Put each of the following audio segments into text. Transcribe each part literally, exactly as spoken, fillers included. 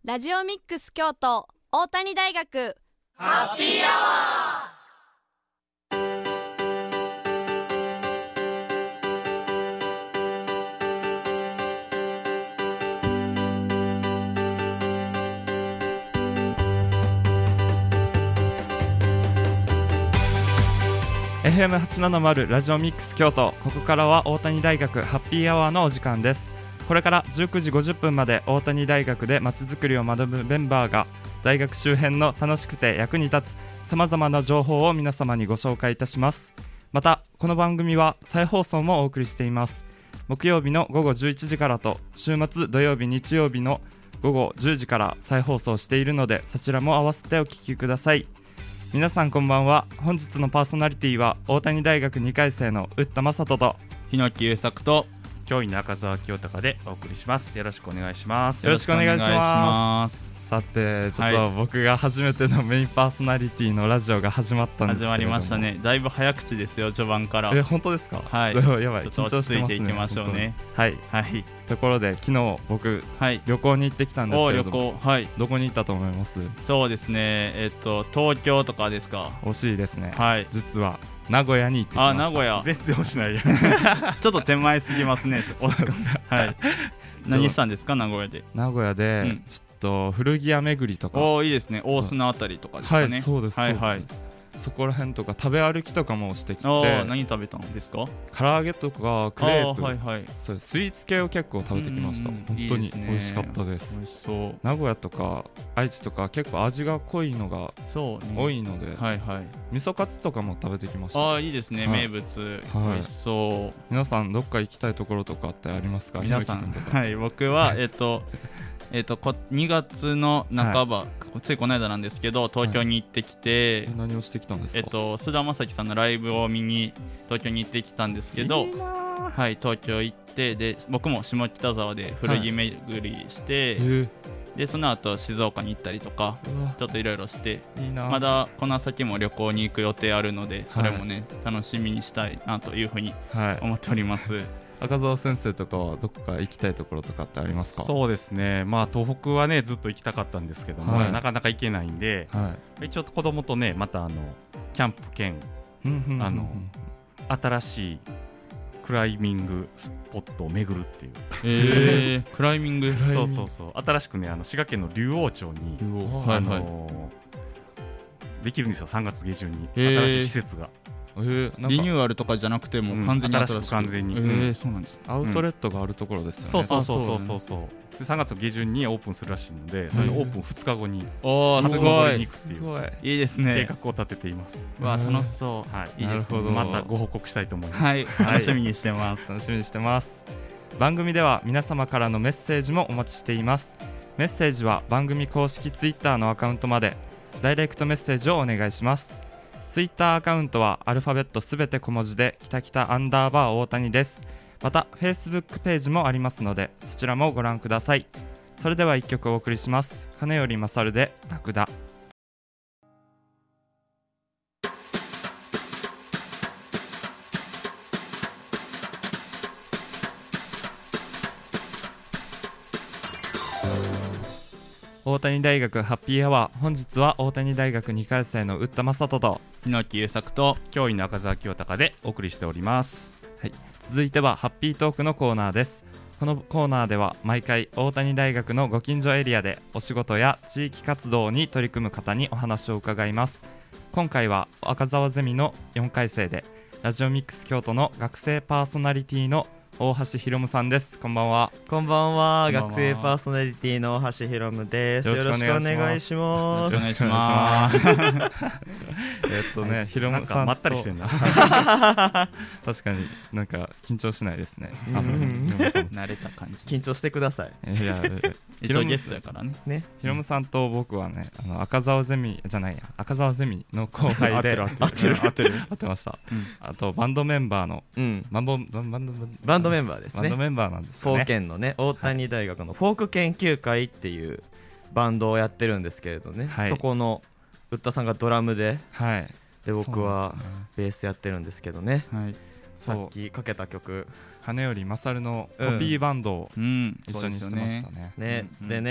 ラジオミックス京都大谷大学ハッピーアワー。 エフエムはちななまる ラジオミックス京都、ここからは大谷大学ハッピーアワーのお時間です。これからじゅうくじごじゅっぷんまで大谷大学でまちづくりを学ぶメンバーが大学周辺の楽しくて役に立つさまざまな情報を皆様にご紹介いたします。またこの番組は再放送もお送りしています。木曜日の午後じゅういちじからと週末土曜日日曜日の午後じゅうじから再放送しているので、そちらも合わせてお聞きください。皆さんこんばんは。本日のパーソナリティは大谷大学にかい生の宇田正人と日野木優作と教員の赤澤清隆でお送りします。よろしくお願いします。 よろしくお願いします。 す。 さてちょっと僕が初めてのメインパーソナリティのラジオが始まったんですけれども、 始まりましたね。だいぶ早口ですよ、序盤から。 え本当ですか？ はい、 やばい、 ちょっと落ち着いていきましょうね。 はい、 はい、 ところで昨日僕、はい、旅行に行ってきたんですけれども、 お旅行、はい、 どこに行ったと思います？ そうですね、えっと東京とかですか？ 惜しいですね。 はい、 実は名古屋に行ってきました。 あ、名古屋全然惜しないやちょっと手前すぎますね。惜しかった。はい何したんですか、名古屋で？ 名古屋で、うん、ちょっと古着屋巡りとか。 おー、いいですね。大須のあたりとかですかね。 はい、そうです。はいはい、そこら辺とか食べ歩きとかもしてきて。 あ、何食べたんですか？ 唐揚げとかクレープ、 はいはい、 そうスイーツ系を結構食べてきました。本当に美味しかったです。 美味しそう。 名古屋とか愛知とか結構味が濃いのが多いので、ね、はいはい、味噌カツとかも食べてきました。 あ、いいですね、はい、名物、はい、美味しそう。 皆さんどっか行きたいところとかってありますか？ 皆さん、はい、僕はえっとえー、とこにがつの半ば、はい、ついこの間なんですけど東京に行ってきて、 はい、何をしてきたんですか？ えー、と菅田将暉さんのライブを見に東京に行ってきたんですけど、いいな、はい、東京行って、で僕も下北沢で古着巡りして、はい、でその後静岡に行ったりとかちょっといろいろして、いいな、まだこの先も旅行に行く予定あるのでそれもね、はい、楽しみにしたいなというふうに思っております。はい、 赤澤先生とかはどこか行きたいところとかってありますか？ そうですね、まあ、東北はねずっと行きたかったんですけども、はい、なかなか行けないんで、はい、一応子供とねまたあのキャンプ兼あの新しいクライミングスポットを巡るっていう、 えー、クライミングそうそうそう、新しくねあの滋賀県の竜王町に、あのーはいはい、できるんですよ。さんがつ下旬に新しい施設が、 えー、リニューアルとかじゃなくても完全に新しく、 うん、新しく完全に、 えー、そうなんです。 アウトレットがあるところですよね。 そうそうそうそうそう、ね、でさんがつ下旬にオープンするらしいので、それのオープンふつかごに初詣に行くっていういいですね、 計画を立てています。 わー、楽しそう、 はい、いいですね。またご報告したいと思います。 はい、楽しみにしてます。 楽しみにしてます。番組では皆様からのメッセージもお待ちしています。メッセージは番組公式ツイッターのアカウントまでダイレクトメッセージをお願いします。ツイッターアカウントはアルファベットすべて小文字できたきたアンダーバー大谷です。また Facebook ページもありますのでそちらもご覧ください。それではいっきょくお送りします。金より勝るでラクダ。大谷大学ハッピーアワー、本日は大谷大学にかい生の宇田正人と日野木優作と教員の赤澤清隆でお送りしております。 はい、続いてはハッピートークのコーナーです。このコーナーでは毎回大谷大学のご近所エリアでお仕事や地域活動に取り組む方にお話を伺います。今回は赤澤ゼミのよんかい生でラジオミックス京都の学生パーソナリティの大橋ひろむさんです。こんばんは。 こんばんは。学生パーソナリティの大橋ひろむです。よろしくお願いします。 よろしくお願いします。 えっとね、ひろむさんまったりしてんな。 確かになんか緊張しないですね。 慣れた感じ。 緊張してください。 いや、一応ゲストやからね。ね。 ひろむさんと僕はね、あの赤澤ゼミじゃないや、赤澤ゼミの後輩で合ってる合ってる合ってました。あとバンドメンバーのバンドバンドバンドバンドメンバーですね。 バンドメンバーなんですよね。 フォーケンのね、大谷大学のフォーク研究会っていうバンドをやってるんですけれどね、はい、そこの宇田さんがドラムで、はい、で僕はベースやってるんですけどね、はい、さっきかけた曲金より勝のコピーバンドを一緒にしてましたね。 ね、でね、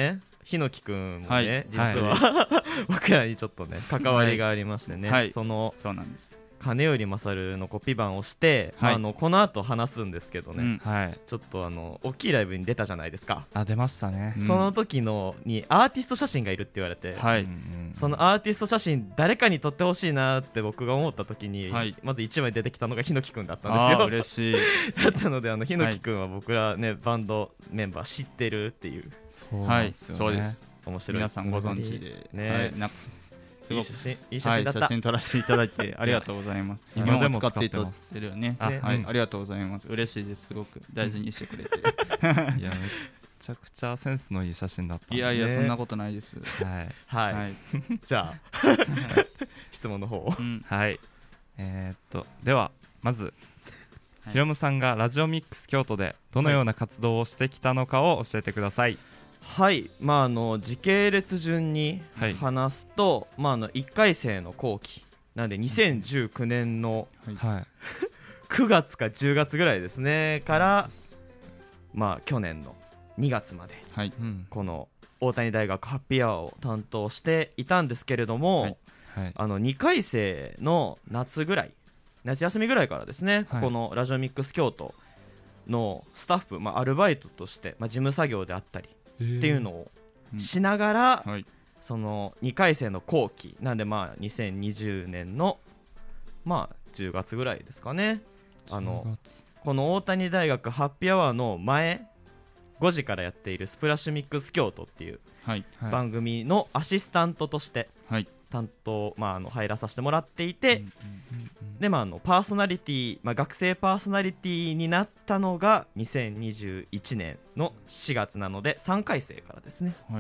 ひのきくんもね、はい、実は、 はい、 僕らにちょっとね関わりがありましてね、 はい、 そのそうなんです金頼勝のコピー版をして、はい、まあ、あのこの後話すんですけどね、うんはい、ちょっとあの大きいライブに出たじゃないですか。 あ、出ましたね。 その時のにアーティスト写真がいるって言われて、 はい、 そのアーティスト写真誰かに撮ってほしいなって僕が思った時に、はい、まずいちまい出てきたのがひのきくんだったんですよ。 あ、嬉しいだったのであのひのきくんは僕らね、はい、バンドメンバー知ってるっていう。 そうなんですよね。 はい、そうです。 面白い。 皆さんご存知でね、はい、いい写真、いい写真だった、 はい、写真撮らせていただいてありがとうございます。今でも使っていただいてるよね。あ、はい、うん、ありがとうございます。嬉しいです。すごく大事にしてくれていや、めちゃくちゃセンスのいい写真だった、ね、 いやいや、そんなことないです。 はいはい、はい、じゃあ質問の方を、 うん、はい、えー、っとではまず、はい、ひろむさんがラジオミックス京都でどのような活動をしてきたのかを教えてください。 はい、まあ、あの時系列順に話すと、はい、まあ、あのいっかい生の後期なんでにせんじゅうきゅうねんの、はい、くがつかじゅうがつぐらいですねから、まあ、去年のにがつまで、はい、この大谷大学ハッピーアワーを担当していたんですけれども、はいはい、あのにかい生の夏ぐらい夏休みぐらいからですね、はい、ここのラジオミックス京都のスタッフ、まあ、アルバイトとして、まあ、事務作業であったりっていうのをしながら、うん、はい、そのにかい生の後期なんで、まあにせんにじゅうねんの、まあ、じゅうがつぐらいですかね、あのこの大谷大学ハッピーアワーの前ごじからやっているスプラッシュミックス京都っていう番組のアシスタントとして担当、まあ、あの入らさせてもらっていて、で、まあ、あのパーソナリティ、まあ、学生パーソナリティになったのがにせんにじゅういちねんのしがつなのでさんかい生からですね、はい、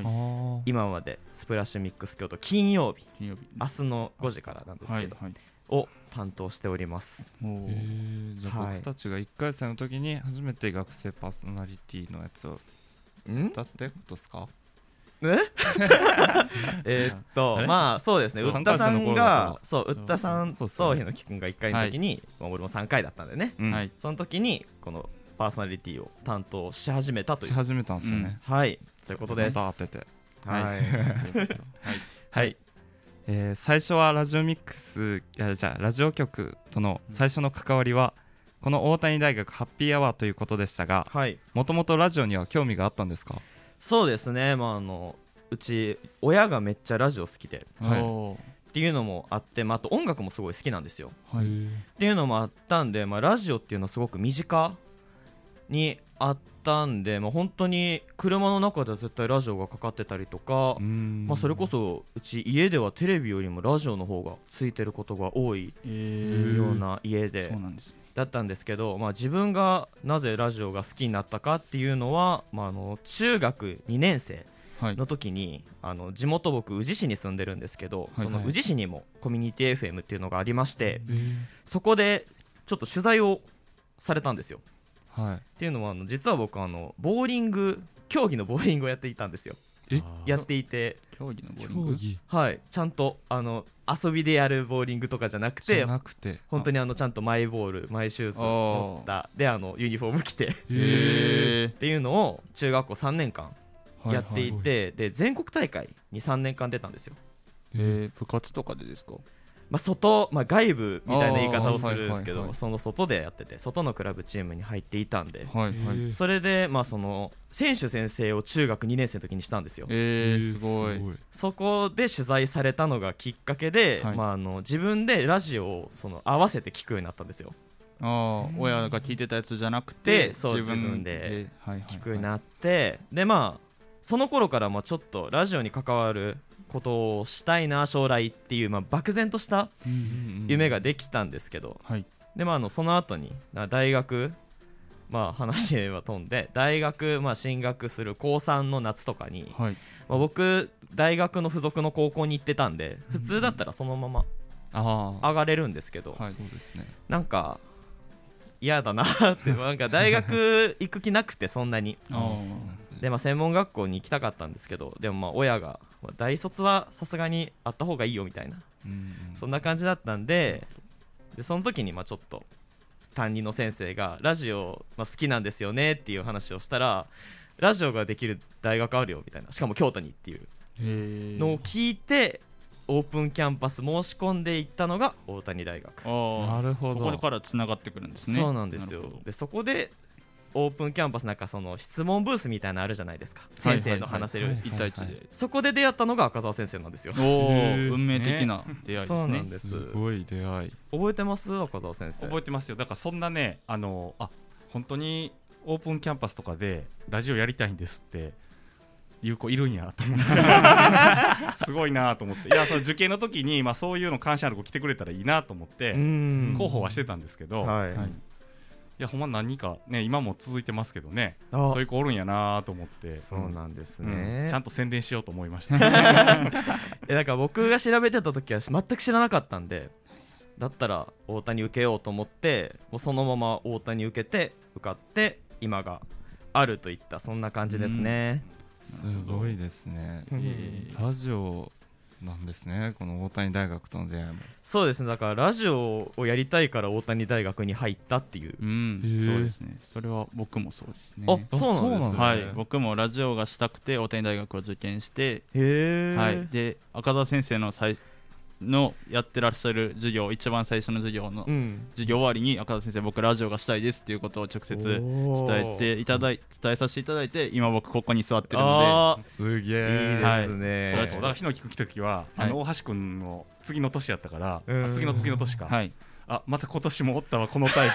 今までスプラッシュミックス京都金曜日、金曜日明日のごじからなんですけど、はいはい、を担当しております。 へー、じゃあ僕たちがいっかい生の時に初めて学生パーソナリティのやつを歌ってことですか？ ええっとまあそうですね、ウッタさんがそうウッタさんとひのきくんがいっかいの時に、はい、俺もさんかいだったんでね、うん、その時にこのパーソナリティを担当し始めたというし始めたんですよね、 うん、はい、そういうことです。 また当ててはいはい、 はい、えー、最初はラジオミックスいやじゃあラジオ局との最初の関わりはこの大谷大学ハッピーアワーということでしたが、もともとラジオには興味があったんですか？ そうですね、まあ、あのうち親がめっちゃラジオ好きで、はい、っていうのもあって、まあ、あと音楽もすごい好きなんですよ、はい、っていうのもあったんで、まあ、ラジオっていうのはすごく身近にあったんで、まあ、本当に車の中では絶対ラジオがかかってたりとか、まあ、それこそうち家ではテレビよりもラジオの方がついてることが多いような家で、そうなんですね、だったんですけど、まあ、自分がなぜラジオが好きになったかっていうのは、まあ、あの中学にねん生の時に、はい、あの地元僕宇治市に住んでるんですけど、はいはい、その宇治市にもコミュニティ エフエム っていうのがありまして、そこでちょっと取材をされたんですよ、はい、っていうのはあの実は僕あのボーリング競技のボーリングをやっていたんですよ。えやっていて競技のボーリング、 はい、ちゃんとあの遊びでやるボーリングとかじゃなくて、 じゃなくて本当にあのちゃんとマイボールマイシューズ持ったであのユニフォーム着てっていうのを中学校さんねんかんやっていて、はいはい、で全国大会にさんねんかん出たんですよ。 えー、部活とかでですか？ まあ、外、まあ、外部みたいな言い方をするんですけど、はいはいはい、その外でやってて外のクラブチームに入っていたんで、はいはい、それで、まあ、その選手先生を中学にねん生の時にしたんですよ。 えー、すごい。 そこで取材されたのがきっかけで、はい、まあ、あの自分でラジオをその合わせて聞くようになったんですよ。 あ親が聞いてたやつじゃなくてそう自分で聞くようになって、でまあその頃からまあちょっとラジオに関わることをしたいな将来っていう、まあ、漠然とした夢ができたんですけど、はい、でまあ、あのその後に大学、まあ、話は飛んで大学、まあ、進学するこうさんの夏とかに、はい、まあ、僕大学の付属の高校に行ってたんで普通だったらそのまま上がれるんですけど、はい、そうですね、なんか嫌だなってなんか大学行く気なくてそんなにで、まあ、専門学校に行きたかったんですけど、でもまあ親が大卒はさすがにあった方がいいよみたいな、うんうん、そんな感じだったんで、でその時にまあちょっと担任の先生がラジオ、まあ、好きなんですよねっていう話をしたら、 ラジオができる大学あるよみたいな、しかも京都にっていうのを聞いてオープンキャンパス申し込んでいったのが大谷大学。 あ、なるほど。ここからつながってくるんですね。 そうなんですよ。でそこでオープンキャンパスなんかその質問ブースみたいなのあるじゃないですか、先生の話せるいち対いちで、 そこで出会ったのが赤澤先生なんですよ。 おー、運命的な出会いですね。 そうなんです。 すごい出会い。 覚えてます赤澤先生？ 覚えてますよ。だからそんなね、あのあ本当にオープンキャンパスとかでラジオやりたいんですっていう子いるんやと思ってすごいなと思って、いやその受験の時に、まあ、そういうの関心ある子来てくれたらいいなと思って候補はしてたんですけど、はいはい、いやほんま何人かね今も続いてますけどね、そういう子おるんやなと思って。 そうなんですね、 うん、ちゃんと宣伝しようと思いましたえなんか僕が調べてた時は全く知らなかったんで、だったら大谷受けようと思ってもうそのまま大谷受けて受かって今があるといったそんな感じですね。 すごいですね、うん、ラジオなんですね、この大谷大学との出会いも。 そうですね、だからラジオをやりたいから大谷大学に入ったっていう、 うん、そうですね。それは僕もそうですね。 あ、そうなんですね。 はい、僕もラジオがしたくて大谷大学を受験して、 へー、 はい、で赤澤先生の最のやってらっしゃる授業、一番最初の授業の、うん、授業終わりに赤田先生僕ラジオがしたいですっていうことを直接伝えていただい伝えさせていただいて今僕ここに座ってるので。 すげえいいですね、 はい、そうそう、だから日野木君来た時は、はい、あの大橋君の次の年やったから、うん、次の次の年か、はい、あまた今年もおったわこのタイ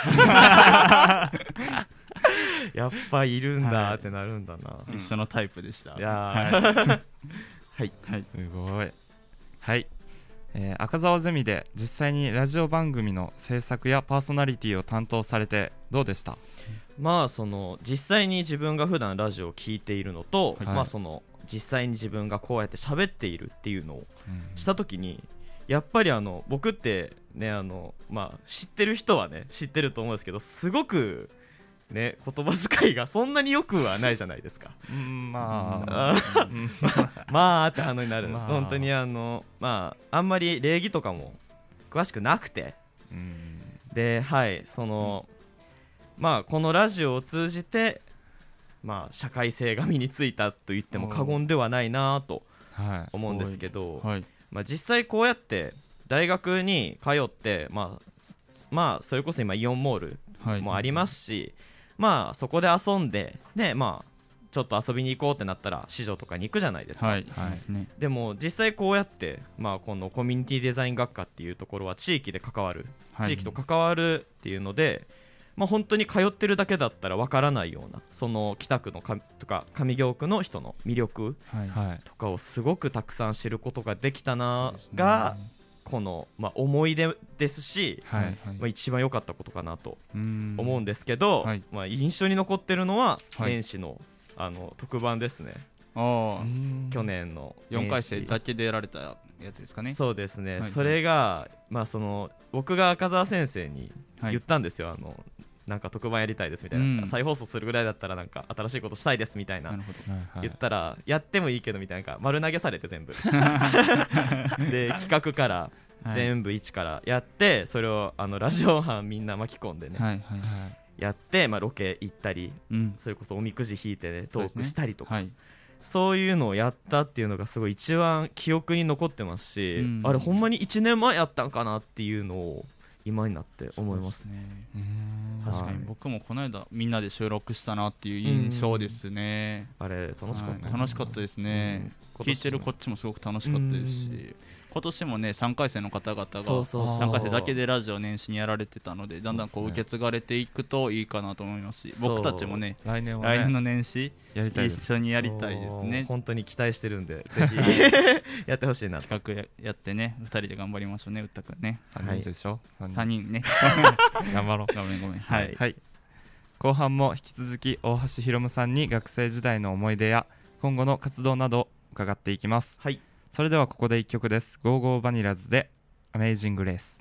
プやっぱいるんだってなるんだな、 はい、一緒のタイプでした。 いやはい、 はいはい、すごい。はい、えー、赤澤ゼミで実際にラジオ番組の制作やパーソナリティを担当されてどうでした？ まあその実際に自分が普段ラジオを聞いているのと、はい、まあその実際に自分がこうやって喋っているっていうのをしたときに、うん、やっぱりあの僕ってねあの、まあ、知ってる人はね知ってると思うんですけど、すごくね、言葉遣いがそんなによくはないじゃないですか。 うん、まあまあって反応になるんです、まあ、本当にあの、まあ、あんまり礼儀とかも詳しくなくて、うん、で、はいその、うん、まあこのラジオを通じて、まあ、社会性が身についたと言っても過言ではないなと思うんですけど、はいはい、まあ、実際こうやって大学に通って、まあ、まあそれこそ今イオンモールもありますし、はい、まあそこで遊んで、でまあちょっと遊びに行こうってなったら市場とかに行くじゃないですか、はいはい、でも実際こうやって、まあ、このコミュニティデザイン学科っていうところは地域で関わる、はい、地域と関わるっていうので、まあ、本当に通ってるだけだったらわからないようなその北区のかとか上京区の人の魅力とかをすごくたくさん知ることができたなが、この、まあ、思い出ですし、はいはい、まあ、一番良かったことかなと思うんですけど、はい、まあ、印象に残ってるのは年始の、はい、あの特番ですね。 あ去年のよんかい生だけでやられたやつですかね。 そうですね、はいはい、それが、まあ、その僕が赤澤先生に言ったんですよ、はい、あのなんか特番やりたいですみたいな、うん、再放送するぐらいだったらなんか新しいことしたいですみたいな言ったら、やってもいいけどみたいな丸投げされて全部で企画から全部一からやって、それをあのラジオ班みんな巻き込んでね、はいはいはい、やって、まあ、ロケ行ったり、うん、それこそおみくじ引いて、ね、トークしたりとか、そうですね、はい、そういうのをやったっていうのがすごい一番記憶に残ってますし、うん、あれほんまにいちねんまえやったんかなっていうのを今になって思いますね。 うーん、確かに僕もこの間みんなで収録したなっていう印象ですね。 あれ楽しかった、 はい、楽しかったですね。聞いてるこっちもすごく楽しかったですし、今年もねさんかい生の方々がさんかい生だけでラジオ年始にやられてたので、だんだんこう受け継がれていくといいかなと思いますし、僕たちもね来年はね来年の年始やりたい一緒にやりたいですね。 本当に期待してるんでぜひやってほしいな。 企画 や, やってねふたりで頑張りましょうね。うったくんねさんにんでしょ、 はい、さんにんね頑張ろう。 ごめんごめん、 はい、はい、後半も引き続き大橋ひろむさんに学生時代の思い出や今後の活動など伺っていきます。 はい、 それではここでいっきょくです。ゴーゴーバニラズでアメイジングレース。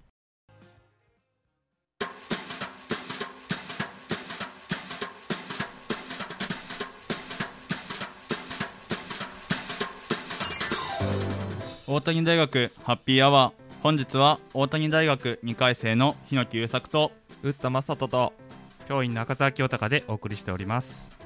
大谷大学ハッピーアワー、本日は大谷大学にかい生の日野木優作と打田正人と教員の赤澤清隆でお送りしております。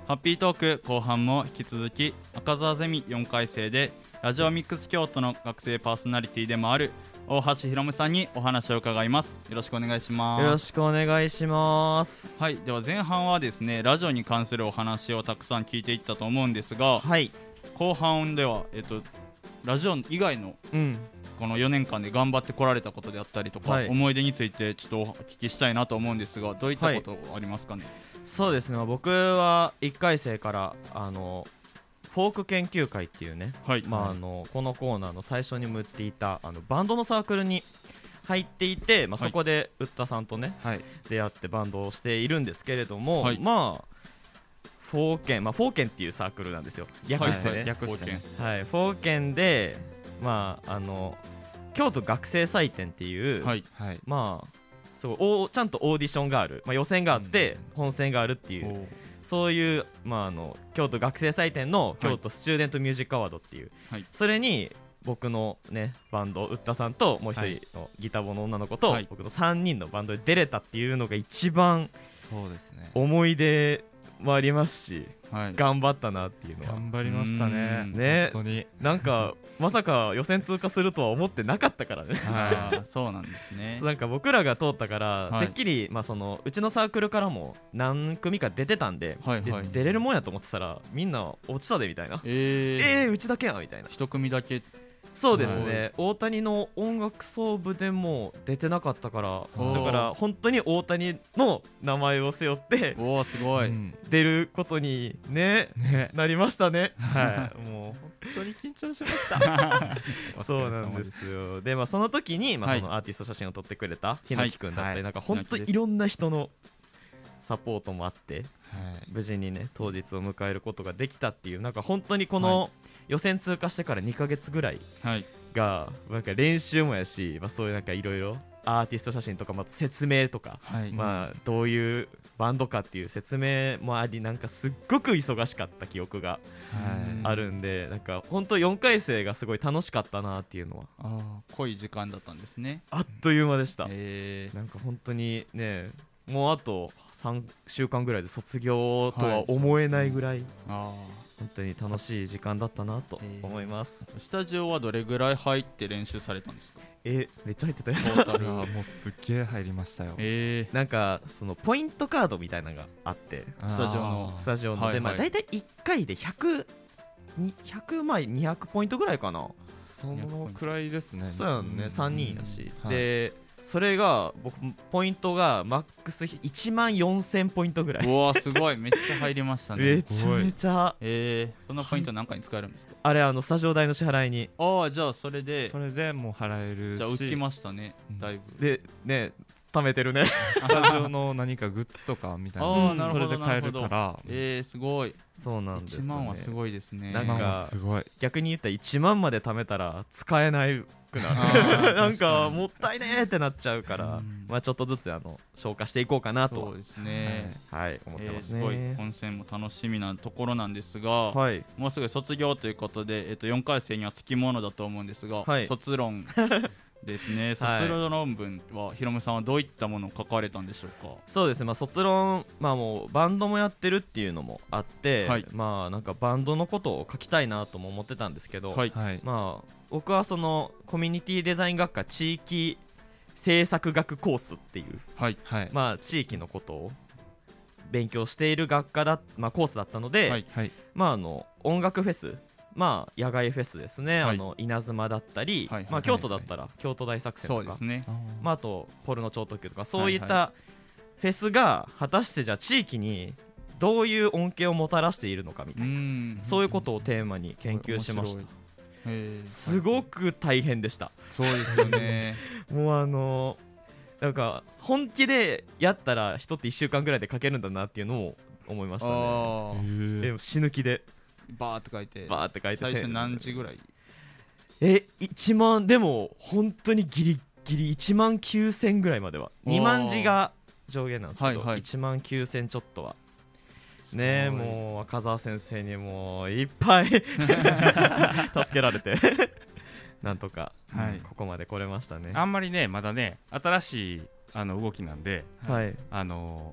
ハッピートーク後半も引き続き赤澤ゼミよんかい生でラジオミックス京都の学生パーソナリティでもある大橋ひろむさんにお話を伺います。よろしくお願いします。 よろしくお願いします。 はい、では前半はですねラジオに関するお話をたくさん聞いていったと思うんですが、 はい、 後半では、えっと、ラジオ以外の、うん、このよねんかんで頑張ってこられたことであったりとか、はい、思い出についてちょっとお聞きしたいなと思うんですが、どういったことありますかね。はい、 そうですね、まあ、僕はいっかい生からあのフォーク研究会っていうね、はい、まあ、あのこのコーナーの最初にも言っていたあのバンドのサークルに入っていて、まあ、そこでウッタさんとね、はい、出会ってバンドをしているんですけれども、はい、まあフォーケン、まあ、フォーケンっていうサークルなんですよ、略してね、はい、略してね、はい、フォーケンで、まあ、あの京都学生祭典っていう、はいはい、まあそうおちゃんとオーディションがある、まあ、予選があって、うん、本戦があるっていう、そういう、まあ、あの京都学生祭典の京都スチューデントミュージックアワードっていう、はい、それに僕の、ね、バンドウッタさんともう一人のギターボの女の子と、はい、僕のさんにんのバンドで出れたっていうのが一番そうですね思い出もありますし、はい、頑張ったなっていうのは頑張りましたね。 ね、本当になんかまさか予選通過するとは思ってなかったからね。 あそうなんですね。 なんか僕らが通ったから、はい、てっきり、まあ、そのうちのサークルからも何組か出てたんで、はいはい、で出れるもんやと思ってたらみんな落ちたでみたいな、えー、えー、うちだけやみたいな、 一組だけ。 そうですね、はい、大谷の音楽総部でも出てなかったから、だから本当に大谷の名前を背負っておーすごい、うん、 出ることに、ねね、なりましたね。はい、もう本当に緊張しましたそうなんですよ。で、まあ、その時に、まあ、そのアーティスト写真を撮ってくれたひのきくんだったり、はい、なんか本当にいろんな人のサポートもあって、はい、無事にね当日を迎えることができたっていう、なんか本当にこの、はい、予選通過してからにかげつぐらいが、はい、なんか練習もやし、まあ、そういうなんかいろいろアーティスト写真とか、また説明とか、はい、まあ、どういうバンドかっていう説明もあり、なんかすっごく忙しかった記憶があるんで、はい、なんか本当よんかい生がすごい楽しかったなっていうのは。 あ濃い時間だったんですね。 あっという間でした。なんか本当にね、もうあとさんしゅうかんぐらいで卒業とは思えないぐらい、はい、あ本当に楽しい時間だったなと思います。 スタジオはどれぐらい入って練習されたんですか。 えめっちゃ入ってたよ。 トータルはもうすっげえ入りましたよ。 えー、なんかそのポイントカードみたいなのがあって、 スタジオのスタジオの、はいはい、で、まあ、だいたいいっかいでひゃく、ひゃくまいにひゃくポイントぐらいかな。 そのくらいですね。 そうやんね、さんにんやし、はい、でそれが僕ポイントがマックスいちまんよんせんポイントぐらい。 うわすごい、めっちゃ入りましたね。 めちゃめちゃ、 えー、そのポイント何かに使えるんですか。 あれ、あのスタジオ代の支払いに。 ああ、じゃあそれでそれでもう払えるし、 じゃあ浮きましたね、だいぶ。 でね、貯めてるね。 スタジオの何かグッズとかみたいな、 あなるほど、 それで買えるから。 えー、すごい。 そうなんですよね。 いちまんはすごいですね。 なんかすごい、 逆に言ったらいちまんまで貯めたら使えないくなる。なんかもったいねーってなっちゃうから、うん、まあちょっとずつあの消化していこうかなと。 そうですね、 はい、はい、思ってますね。 えー、すごい本戦も楽しみなところなんですが、 はい、 もうすぐ卒業ということで、えっと、よんかい生にはつきものだと思うんですが、はい、卒論ですね。卒論文はひろむさんはどういったものを書かれたんでしょうか。 そうですね、まあ、卒論、まあ、もうバンドもやってるっていうのもあって、はい、まあなんかバンドのことを書きたいなとも思ってたんですけど、はい、まあ僕はそのコミュニティデザイン学科地域制作学コースっていう、はいまあ、地域のことを勉強している学科だ、まあ、コースだったので、はいまあ、あの音楽フェス、まあ、野外フェスですね、はい、あの稲妻だったり、はいまあ、京都だったら京都大作戦とか、 そうですね、 まあ、あとポルノ超特急とか、そういったフェスが果たしてじゃあ地域にどういう恩恵をもたらしているのかみたいな、そういうことをテーマに研究しました。すごく大変でした。 そうですよね。 もうあのー、なんか本気でやったら人っていっしゅうかんぐらいで書けるんだなっていうのを思いましたね。でも死ぬ気でバーって書いて、 バーって書いて、 最初何時ぐらい。 えいちまん、でも本当にギリギリいちまんきゅうせんぐらいまでは、にまんじが上限なんですけど、はいはい、いちまんきゅうせんちょっとはね、もう赤澤先生にもいっぱい助けられてなんとか、はい、ここまで来れましたね。 あんまりねまだね新しいあの動きなんで、はい、あの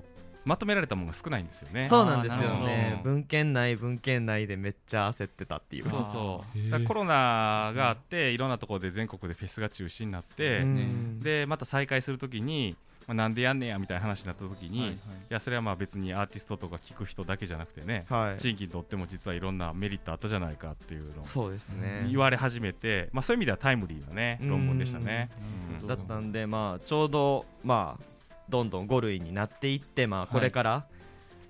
まとめられたものが少ないんですよね。 そうなんですよね。文献内文献内でめっちゃ焦ってたっていう。 そうそうだコロナがあっていろんなところで全国でフェスが中止になって、でまた再開するときに、まあ、なんでやんねやみたいな話になったときに、はいはい、いやそれはまあ別にアーティストとか聴く人だけじゃなくてね、はい、地域にとっても実はいろんなメリットあったじゃないかっていうのをそうですね言われ始めて、まあ、そういう意味ではタイムリーなね論文でしたね。 うん、だったんで、まあ、ちょうどまあどんどんご類になっていって、まあ、これから、はい、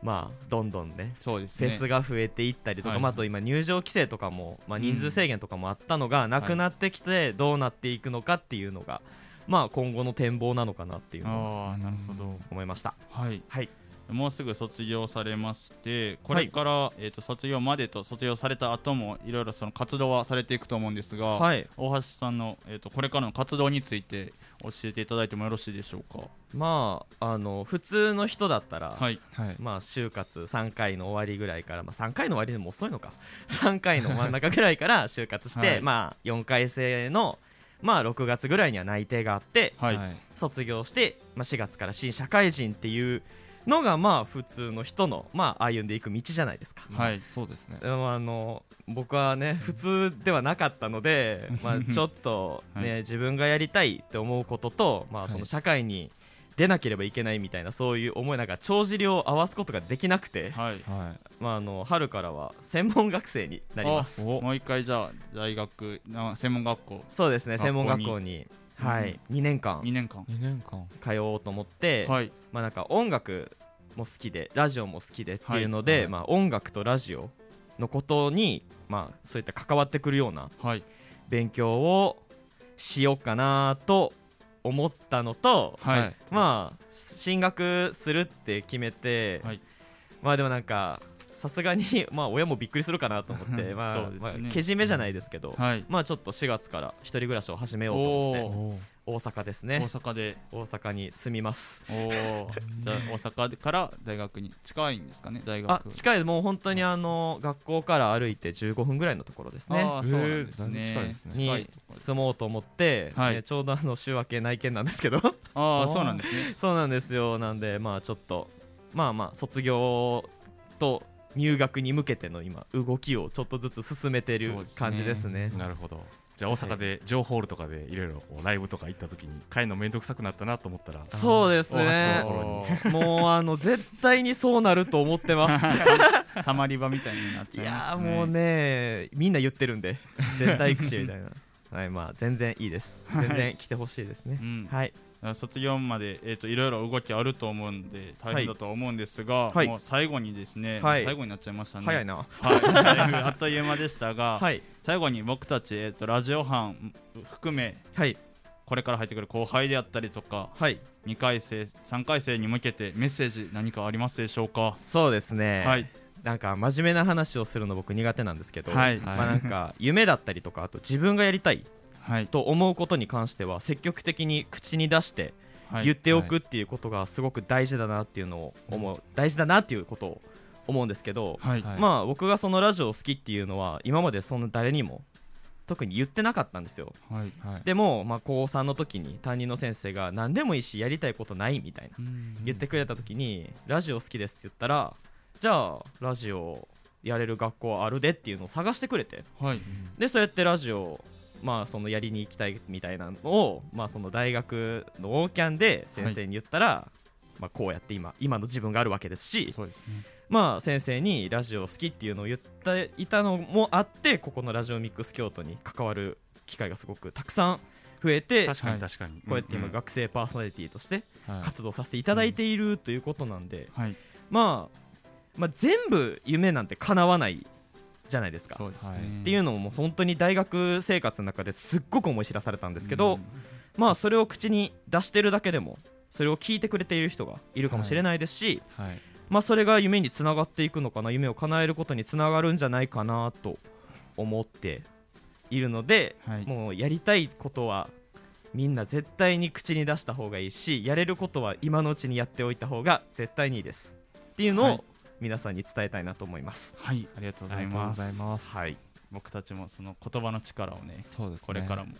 まあ、どんどんね、そうですねフェスが増えていったりとか、はい、まあ、あと今入場規制とかも、まあ、人数制限とかもあったのがなくなってきてどうなっていくのかっていうのが、まあ、今後の展望なのかなっていうのを思いました。 はい、はい、もうすぐ卒業されましてこれから、はい、えー、と卒業までと卒業された後もいろいろその活動はされていくと思うんですが、はい、大橋さんの、えー、とこれからの活動について教えていただいてもよろしいでしょうか。 まあ、あの普通の人だったら、はいまあ、就活さんかいの終わりぐらいから、まあ、さんかいの終わりでも遅いのかさんかいの真ん中ぐらいから就活して、はいまあ、よんかい生のまあ、ろくがつぐらいには内定があって、はい、卒業して、まあ、しがつから新社会人っていうのがまあ普通の人の、まあ、歩んでいく道じゃないですか。 はい、そうですね。 でもあの僕はね普通ではなかったので、まあ、ちょっと、ねはい、自分がやりたいって思うことと、まあ、その社会に出なければいけないみたいなそういう思いなんか帳尻を合わすことができなくて、はいまあ、あの春からは専門学生になります。 もう一回じゃあ大学専門学校そうですね専門学校に、はい、にねんかんにねんかん通おうと思って、はいまあ、なんか音楽も好きでラジオも好きでっていうので、はいまあ、音楽とラジオのことに、まあ、そういった関わってくるような勉強をしようかなと思ったのと、はい、まあ進学するって決めて、はい、まあでもなんかさすがにまあ親もびっくりするかなと思ってまあ、ねまあ、けじめじゃないですけど、はい、まあちょっとしがつから一人暮らしを始めようと思って大阪ですね。 大阪で大阪に住みます。 おじゃあ大阪から大学に近いんですかね。大学あ近いもう本当にあの学校から歩いてじゅうごふんぐらいのところですね。 あそうなんですね。近いですね。 に住もうと思って、はいえー、ちょうどあの週明け内見なんですけどあそうなんですね。 そうなんですよ。なんでまあちょっとまあまあ卒業と入学に向けての今動きをちょっとずつ進めている感じですね。 なるほど。じゃあ大阪で情報ホールとかでいろいろライブとか行った時に帰るのめんどくさくなったなと思ったらそうですねもうあの絶対にそうなると思ってますたまり場みたいになっちゃいますね。 いやもうねみんな言ってるんで絶対行くしみたいなはいまあ全然いいです全然来てほしいですね、はい、うんはい卒業まで、えー、といろいろ動きあると思うんで大変だと思うんですが、はい、もう最後にですね、はい、最後になっちゃいましたね。 早いな、 はい、あっという間でしたが、はい、最後に僕たち、えー、とラジオ班含め、はい、これから入ってくる後輩であったりとか、はい、にかい生さんかい生に向けてメッセージ何かありますでしょうか。 そうですね、はい、なんか真面目な話をするの僕苦手なんですけど、はいまあ、なんか夢だったりとかあと自分がやりたいはい、と思うことに関しては積極的に口に出して言っておくっていうことがすごく大事だなっていうのを思う、はい、大事だなっていうことを思うんですけど、はい、まあ僕がそのラジオを好きっていうのは今までその誰にも特に言ってなかったんですよ、はいはい、でもまあ高さんの時に担任の先生が何でもいいしやりたいことないみたいな言ってくれた時にラジオ好きですって言ったらじゃあラジオやれる学校あるでっていうのを探してくれて、はい、でそうやってラジオまあ、そのやりに行きたいみたいなのを、まあ、その大学のオーキャンで先生に言ったら、はいまあ、こうやって今、今の自分があるわけですしそうですね、まあ、先生にラジオ好きっていうのを言っていたのもあってここのラジオミックス京都に関わる機会がすごくたくさん増えて確かに確かにこうやって今学生パーソナリティとして活動させていただいているということなんで、はいまあまあ、全部夢なんて叶わないじゃないですか。そうですね、っていうのも本当に大学生活の中ですっごく思い知らされたんですけど、うん、まあそれを口に出してるだけでもそれを聞いてくれている人がいるかもしれないですし、はいはい、まあそれが夢につながっていくのかな夢を叶えることにつながるんじゃないかなと思っているので、はい、もうやりたいことはみんな絶対に口に出した方がいいしやれることは今のうちにやっておいた方が絶対にいいですっていうのを、はい皆さんに伝えたいなと思います。 はい、ありがとうございます。はい、僕たちもその言葉の力をね、そうですねこれからも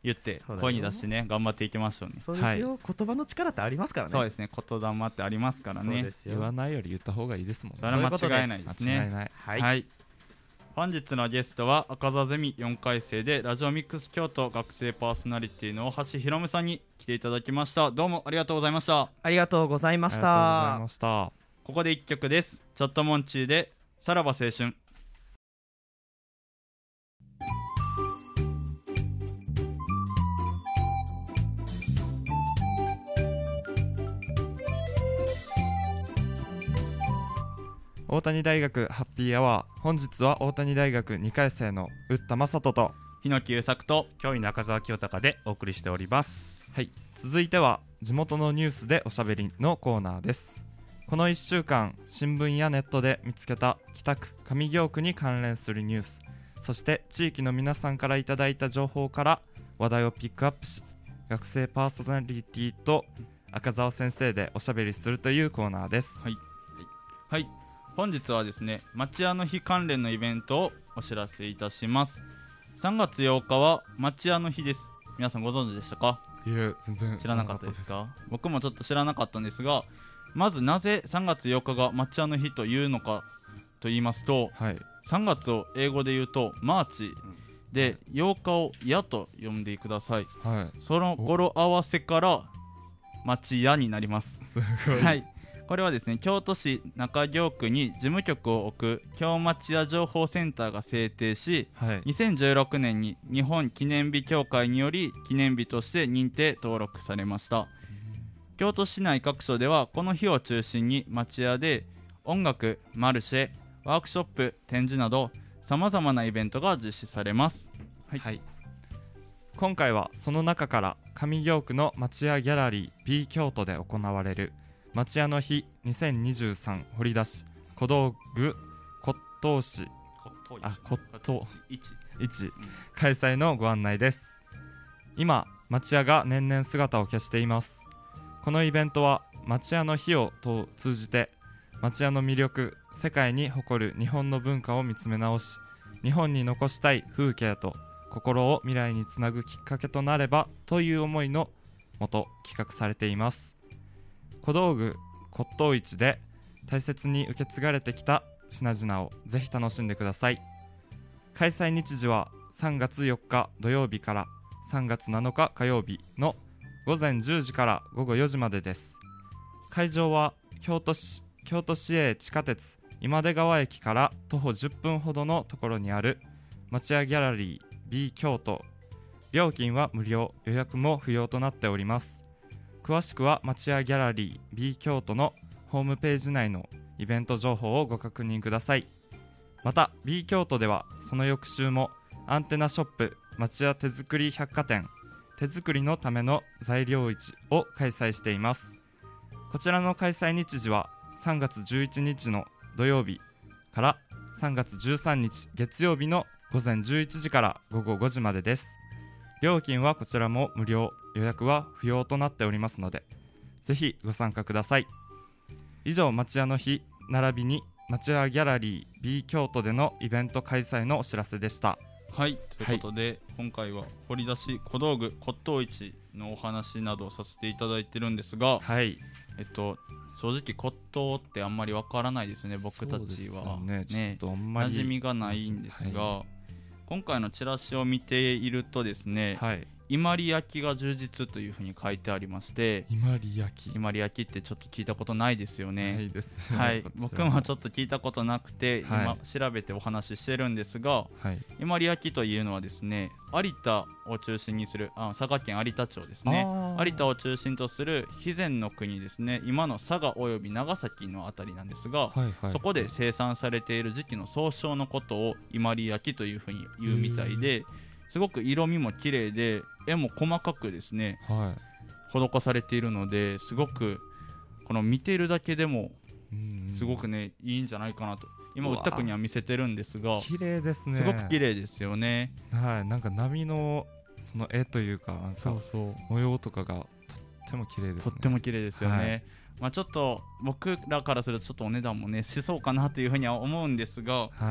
言って声に出してね頑張っていきましょうね。 そうですよ、はい、言葉の力ってありますからね。 そうですね、言霊ってありますからね。 言わないより言った方がいいですもんね。 それは間違いないですね。 間違いない。 はい、はい、本日のゲストは赤座ゼミよんかい生でラジオミックス京都学生パーソナリティの大橋ひろむさんに来ていただきました。どうもありがとうございました。 ありがとうございました。 ありがとうございました。 ここでいっきょくです。チャットモンチーでさらば青春。 大谷大学ハッピーアワー、本日は大谷大学にかい生の宇田正人と日野木優作と教員の赤澤清隆でお送りしております。 はい、続いては地元のニュースでおしゃべりのコーナーです。このいっしゅうかん新聞やネットで見つけた北区上京区に関連するニュース、そして地域の皆さんからいただいた情報から話題をピックアップし、学生パーソナリティと赤澤先生でおしゃべりするというコーナーです。 はい、はい、本日はですね町屋の日関連のイベントをお知らせいたします。さんがつようかは町屋の日です。皆さんご存知でしたか？ いえ、全然知らなかったですか？僕もちょっと知らなかったんですが、まずなぜさんがつようかが町屋の日というのかと言いますと、はい、さんがつを英語で言うとマーチで、うん、ようかをやと呼んでください、はい、その語呂合わせから町屋になります。 すごい、 はい、これはですね京都市中京区に事務局を置く京町屋情報センターが制定し、はい、にせんじゅうろくねんに日本記念日協会により記念日として認定登録されました。京都市内各所ではこの日を中心に町屋で音楽、マルシェ、ワークショップ、展示などさまざまなイベントが実施されます。はい、はい、 今回はその中から上京区の町屋ギャラリー B 京都で行われる町屋の日にせんにじゅうさん掘り出し小道具骨董市あ骨董市開催のご案内です。今町屋が年々姿を消しています。このイベントは町屋の日を通じて町屋の魅力、世界に誇る日本の文化を見つめ直し、日本に残したい風景と心を未来につなぐきっかけとなればという思いのもと企画されています。小道具骨董市で大切に受け継がれてきた品々をぜひ楽しんでください。開催日時はさんがつよっか土曜日からさんがつなのか火曜日のごぜんじゅうじからごごよじまでです。会場は京都市京都市営地下鉄今出川駅から徒歩じゅっぷんほどのところにある町屋ギャラリー B 京都。料金は無料、予約も不要となっております。詳しくは町屋ギャラリー B 京都のホームページ内のイベント情報をご確認ください。また B 京都ではその翌週もアンテナショップ町屋手作り百貨店手作りのための材料市を開催しています。こちらの開催日時はさんがつじゅういちにちの土曜日からさんがつじゅうさんにち月曜日のごぜんじゅういちじからごごごじまでです。料金はこちらも無料、予約は不要となっておりますのでぜひご参加ください。以上町屋の日並びに町屋ギャラリー B 京都でのイベント開催のお知らせでした。 はい、ということで、はい、今回は掘り出し小道具骨董市のお話などをさせていただいてるんですが、はい、えっと正直骨董ってあんまりわからないですね。僕たちはね、ちょっとあんまり馴染みがないんですが、はい、今回のチラシを見ているとですね、はい、伊万里焼が充実というふうに書いてありまして、 伊万里焼伊万里焼ってちょっと聞いたことないですよね。 ないです、 はい、僕もちょっと聞いたことなくて、はい、今調べてお話ししてるんですが、はい、伊万里焼というのはですね有田を中心にするあ佐賀県有田町ですね。有田を中心とする肥前の国ですね。今の佐賀および長崎のあたりなんですが、はいはいはい、そこで生産されている時期の総称のことを伊万里焼というふうに言うみたいで、すごく色味も綺麗で絵も細かくですね、はい、施されているので、すごくこの見ているだけでもすごくねいいんじゃないかなと。今うったくには見せてるんですが、 綺麗ですね。 すごく綺麗ですよね。 はい、なんか波のその絵というか、なんかそうそう模様とかがとっても綺麗ですね。 とっても綺麗ですよね。はい、まあ、ちょっと僕らからするとちょっとお値段もねしそうかなというふうには思うんですが、はい、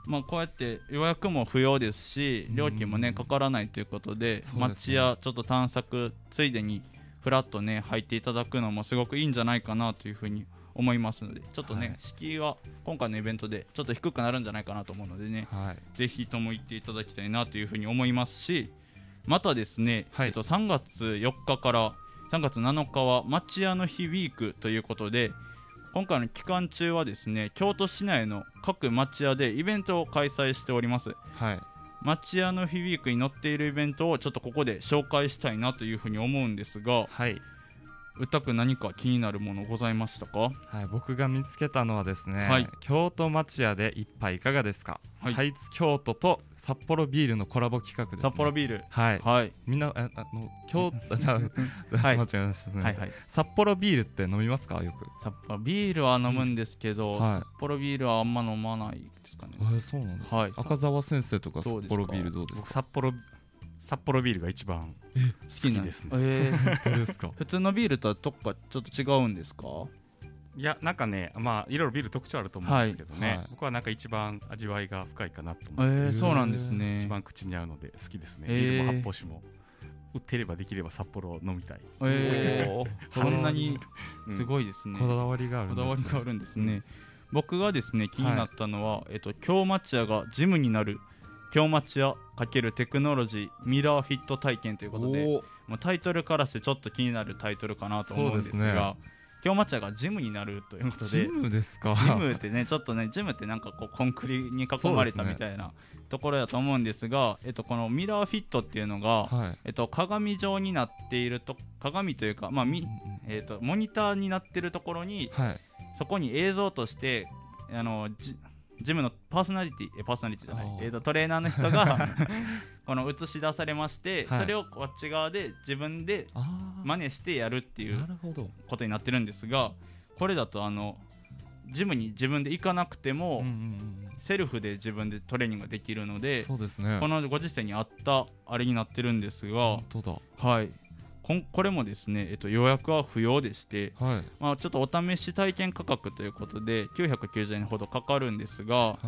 まあ、こうやって予約も不要ですし料金もねかからないということで、うん、街やちょっと探索ついでにフラッとね入っていただくのもすごくいいんじゃないかなというふうに思いますので、ちょっとね、はい、敷居は今回のイベントでちょっと低くなるんじゃないかなと思うのでね、はい、ぜひとも行っていただきたいなというふうに思いますし、またですね、はい、えっと、さんがつよっかからさんがつなのかは町屋の日ウィークということで、今回の期間中はですね京都市内の各町屋でイベントを開催しております、はい、町屋の日ウィークに載っているイベントをちょっとここで紹介したいなというふうに思うんですが、はい、うたく何か気になるものございましたか？はい、 僕が見つけたのはですね、はい、京都町屋で一杯いかがですか、はい、ハイツ京都と札幌ビールのコラボ企画です、ね、 札幌ビール、 はい、はい、みんなああの京都じゃあ、はい、間違えましたね、はいはい、札幌ビールって飲みますか？よく札幌ビールは飲むんですけど、うんはい、札幌ビールはあんま飲まないですかね。 えー、そうなんですか、はい、赤澤先生とか札幌ビールどうですか？ 札幌札幌ビールが一番好きですね。 えー、本当ですか？普通のビールとはどっかちょっと違うんですか？ いやなんかね、まあいろいろビール特徴あると思うんですけどね、はいはい、僕はなんか一番味わいが深いかなと思って、 えー、そうなんですね。 一番口に合うので好きですね、えー、ビールも発泡酒も売ってればできれば札幌を飲みたい、 えー、そんなにすごいですね、 うん、こだわりがあるんですね。 こだわりがあるんですね、うん、僕がですね気になったのは、はい、えっと、京町屋がジムになる京町屋×テクノロジーミラーフィット体験ということで、もうタイトルからしてちょっと気になるタイトルかなと思うんですが、京町屋がジムになるということで、 ジムですか？ ジムってねちょっとねジムってなんかこうコンクリに囲まれたみたいなところだと思うんですが、えっと、このミラーフィットっていうのが、はい、えっと、鏡状になっていると、鏡というか、まあみえっと、モニターになっているところに、はい、そこに映像としてあのジジムのパーソナリティパーソナリティじゃない、えー、とトレーナーの人がこの映し出されまして、はい、それをこっち側で自分で真似してやるっていうことになってるんですが、これだとあのジムに自分で行かなくても、うんうんうん、セルフで自分でトレーニングができるので、 そうですね、 このご時世に合ったあれになってるんですが、 本当だ、 はい、こ, これもですね、えっと、予約は不要でして、はい、まあ、ちょっとお試し体験価格ということできゅうひゃくきゅうじゅうえんほどかかるんですが、はい、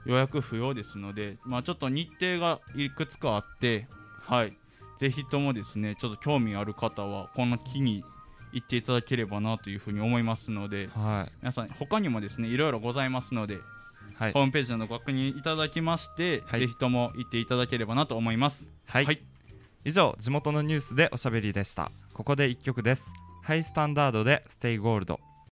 予約不要ですので、まあ、ちょっと日程がいくつかあって、はい、ぜひともですねちょっと興味ある方はこの機に行っていただければなというふうに思いますので、はい、皆さん他にもですねいろいろございますので、はい、ホームページのご確認いただきまして、はい、ぜひとも行っていただければなと思います。 はい、はい、以上地元のニュースでおしゃべりでした。ここでいっきょくです。ハイスタンダードでステイゴールド。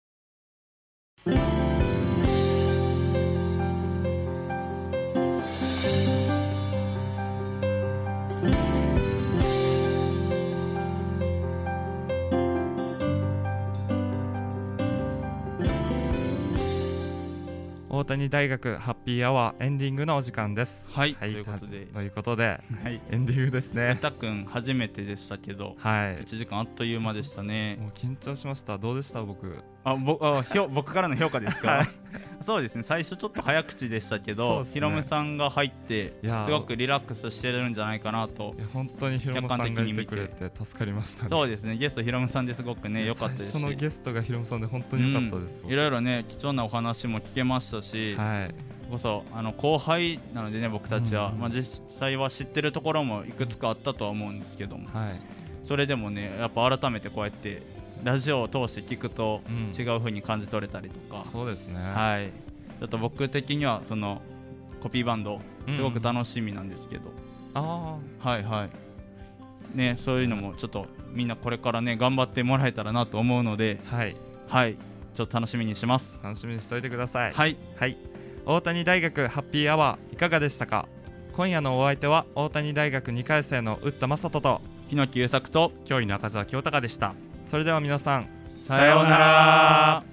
大谷大学ハッピーアワーエンディングのお時間です。 はい、はい、ということでということで、はい、エンディングですね。 うたくん初めてでしたけど、はい、いちじかんあっという間でしたね。 もう緊張しました。どうでした僕？ あぼあひょ僕からの評価ですか？はい、そうですね、最初ちょっと早口でしたけど、ね、ヒロムさんが入ってすごくリラックスしてるんじゃないかなと。 いや本当にヒロムさんがいてくれて助かりましたね。 そうですね、ゲストヒロムさんですごくね良かったですし、 最初のゲストがヒロムさんで本当に良かったです、 うん、いろいろね貴重なお話も聞けましたし、はい、こそあの後輩なのでね僕たちは、うん、まあ、実際は知ってるところもいくつかあったとは思うんですけども、はい、それでもねやっぱ改めてこうやってラジオを通して聞くと違う風に感じ取れたりとか、 うん、そうですね、 はい、ちょっと僕的にはそのコピーバンドすごく楽しみなんですけど、うん、あはいはいね、そういうのもちょっとみんなこれからね頑張ってもらえたらなと思うので、はい、はい、ちょっと楽しみにします。 楽しみにしておいてください。 はい、 はい、大谷大学ハッピーアワーいかがでしたか？今夜のお相手は大谷大学にかい生の打田正人と日野木優作と教員の赤澤清隆でした。 それでは皆さんさようなら。